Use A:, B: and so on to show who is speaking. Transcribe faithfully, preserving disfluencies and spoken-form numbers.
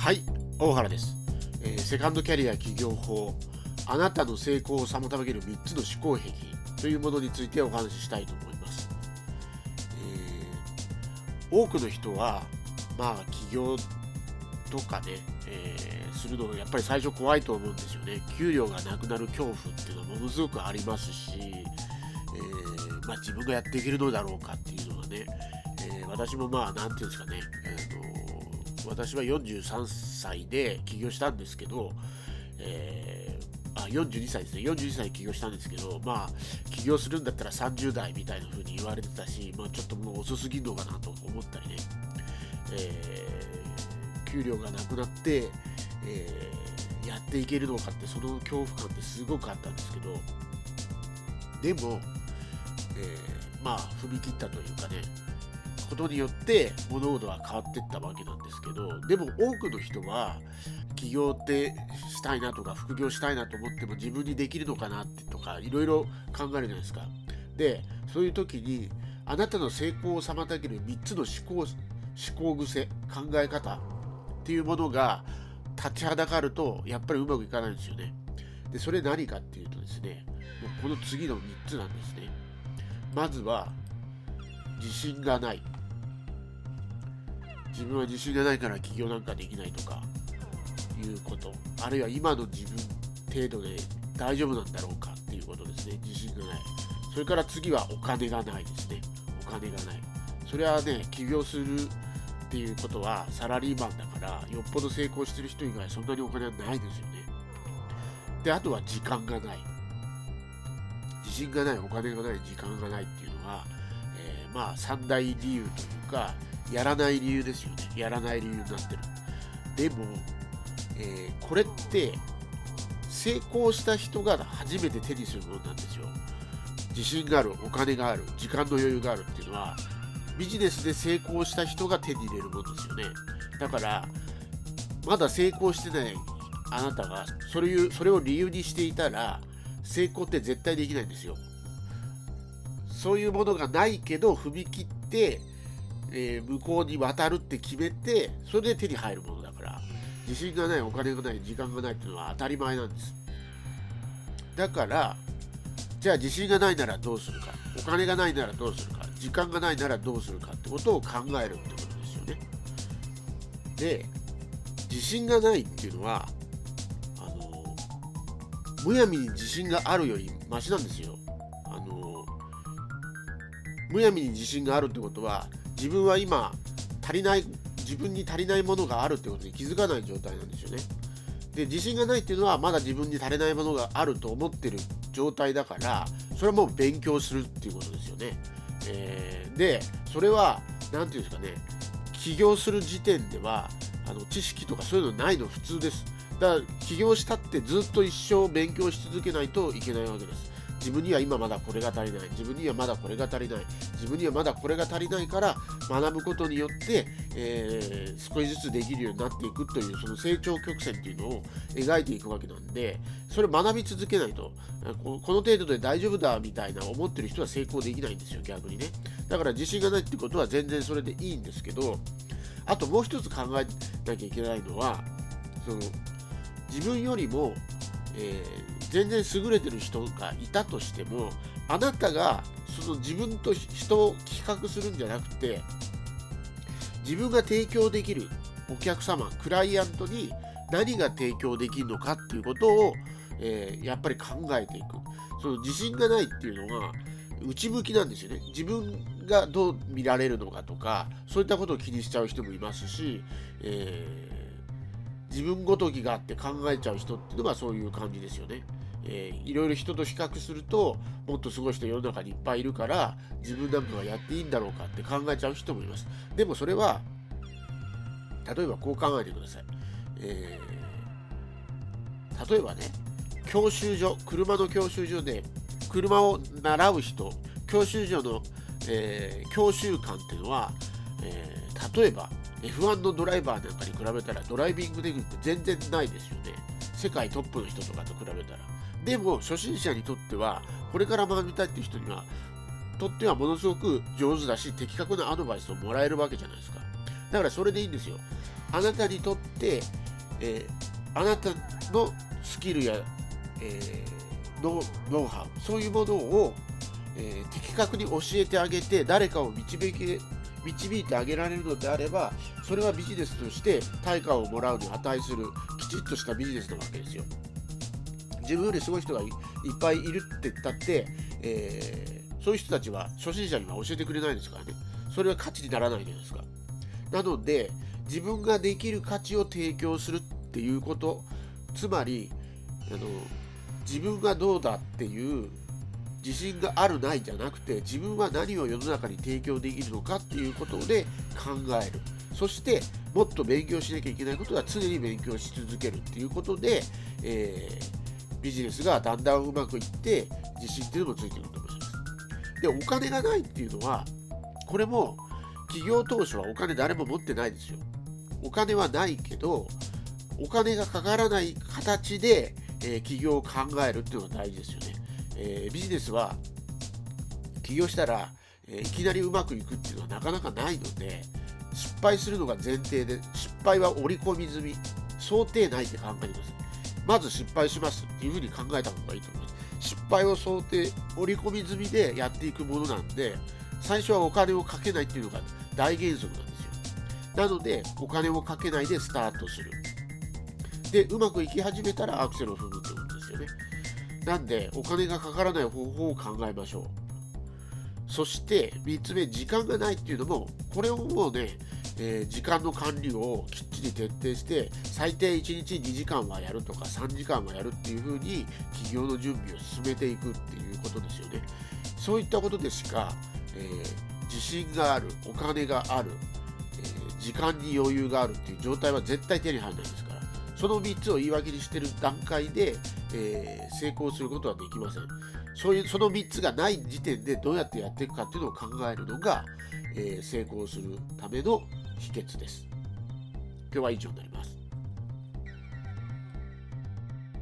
A: はい、大原です、えーセカンドキャリア起業法、あなたの成功を妨げるみっつの思考癖というものについてお話ししたいと思います。えー多くの人は、まあ、起業とかね、えーするのがやっぱり最初怖いと思うんですよね。給料がなくなる恐怖っていうのはものすごくありますし、えーまあ、自分がやっていけるのだろうかっていうのがね、えー私もまあ、なんていうんですかね、あの私はよんじゅうさんさいで起業したんですけど、えーあ、よんじゅうにさいですね。よんじゅうにさいで起業したんですけど、まあ、起業するんだったらさんじゅうだいみたいな風に言われてたし、まあ、ちょっともう遅すぎるのかなと思ったりね、えー給料がなくなって、えーやっていけるのかって、その恐怖感ってすごくあったんですけど、でも、えーまあ、踏み切ったというかね、ことによって物事は変わっていったわけなんですけど、でも多くの人は起業ってしたいなとか副業したいなと思っても自分にできるのかなってとかいろいろ考えるじゃないですか。で、そういう時にあなたの成功を妨げるみっつの思考思考癖、考え方っていうものが立ちはだかるとやっぱりうまくいかないんですよね。で、それ何かっていうとですね、もうこの次のみっつなんですね。まずは自信がない。自分は自信がないから起業なんかできないとかいうこと、あるいは今の自分程度で大丈夫なんだろうかっていうことですね。自信がない。それから次はお金がないですね。お金がない。それはね、起業するっていうことはサラリーマンだから、よっぽど成功してる人以外そんなにお金はないですよね。で、あとは時間がない。自信がない、お金がない、時間がないっていうのは、えーまあ三大理由というか、やらない理由ですよね。やらない理由になってる。でも、えーこれって成功した人が初めて手にするものなんですよ。自信がある、お金がある、時間の余裕があるっていうのは、ビジネスで成功した人が手に入れるものですよね。だから、まだ成功してないあなたがそれを、それを理由にしていたら、成功って絶対できないんですよ。そういうものがないけど踏み切って、えー向こうに渡るって決めて、それで手に入るものだから、自信がない、お金がない、時間がないっていうのは当たり前なんです。だから、じゃあ自信がないならどうするか、お金がないならどうするか、時間がないならどうするかってことを考えるってことですよね。で、自信がないっていうのは、あのむやみに自信があるよりマシなんですよ。あのむやみに自信があるってことは、自分は今足りない、自分に足りないものがあるってことに気づかない状態なんですよね。で、自信がないっていうのはまだ自分に足りないものがあると思ってる状態だから、それはもう勉強するっていうことですよね。えーで、それは何ていうんですかね、起業する時点ではあの知識とかそういうのないの普通です。だから起業したってずっと一生勉強し続けないといけないわけです。自分には今まだこれが足りない、自分にはまだこれが足りない、自分にはまだこれが足りないから学ぶことによって、えー少しずつできるようになっていくという、その成長曲線っていうのを描いていくわけなんで、それ学び続けないと、ここの程度で大丈夫だみたいな思ってる人は成功できないんですよ、逆にね。だから自信がないってことは全然それでいいんですけど、あともう一つ考えなきゃいけないのは、その自分よりも、えー全然優れてる人がいたとしても、あなたがその自分と人を比較するんじゃなくて、自分が提供できるお客様、クライアントに何が提供できるのかっていうことを、えーやっぱり考えていく。その自信がないっていうのが内向きなんですよね。自分がどう見られるのかとか、そういったことを気にしちゃう人もいますし、えー自分ごときがあって考えちゃう人っていうのがそういう感じですよね。えーいろいろ人と比較すると、もっとすごい人世の中にいっぱいいるから、自分なんかがやっていいんだろうかって考えちゃう人もいます。でもそれは、例えばこう考えてください。えー例えばね、教習所、車の教習所で車を習う人、教習所の、えー教習官っていうのは、えー例えば エフワン のドライバーなんかに比べたらドライビングテクニック全然ないですよね。世界トップの人とかと比べたら。でも初心者にとっては、これから学びたいっていう人にはとってはものすごく上手だし、的確なアドバイスをもらえるわけじゃないですか。だからそれでいいんですよ。 あなたにとって、えー、あなたのスキルや、えー、ノウ、ノウハウ、そういうものを、えー、的確に教えてあげて、誰かを導き導いてあげられるのであれば、それはビジネスとして対価をもらうに値するきちっとしたビジネスなわけですよ。自分よりすごい人が い, いっぱいいるって言ったって、えー、そういう人たちは初心者には教えてくれないですからね。それは価値にならないじゃないですか。なので、自分ができる価値を提供するっていうこと、つまりあの自分がどうだっていう自信があるないじゃなくて、自分は何を世の中に提供できるのかっていうことで考える。そしてもっと勉強しなきゃいけないことは常に勉強し続けるっていうことで、えー、ビジネスがだんだんうまくいって自信っていうのもついてくると思います。で、お金がないっていうのは、これも企業当初はお金誰も持ってないですよ。お金はないけど、お金がかからない形で、えー、起業を考えるっていうのが大事ですよね。えー、ビジネスは起業したら、えー、いきなりうまくいくっていうのはなかなかないので、失敗するのが前提で、失敗は織り込み済み、想定内って考えてください。まず失敗しますっていうふうに考えた方がいいと思います。失敗を想定、織り込み済みでやっていくものなんで、最初はお金をかけないっていうのが大原則なんですよ。なので、お金をかけないでスタートする。で、うまくいき始めたらアクセルを踏むってことですよね。なんで、お金がかからない方法を考えましょう。そしてみっつめ、時間がないっていうのも、これをもうね、えー、時間の管理をきっちり徹底して、最低いちにちにじかんはやるとかさんじかんはやるっていう風に起業の準備を進めていくっていうことですよね。そういったことでしか、えー、自信がある、お金がある、えー、時間に余裕があるっていう状態は絶対手に入らないですから、そのみっつを言い訳にしている段階で、えー、成功することはできません。そういうそのみっつがない時点でどうやってやっていくかっていうのを考えるのが、えー、成功するための秘訣です。今日は以上になります。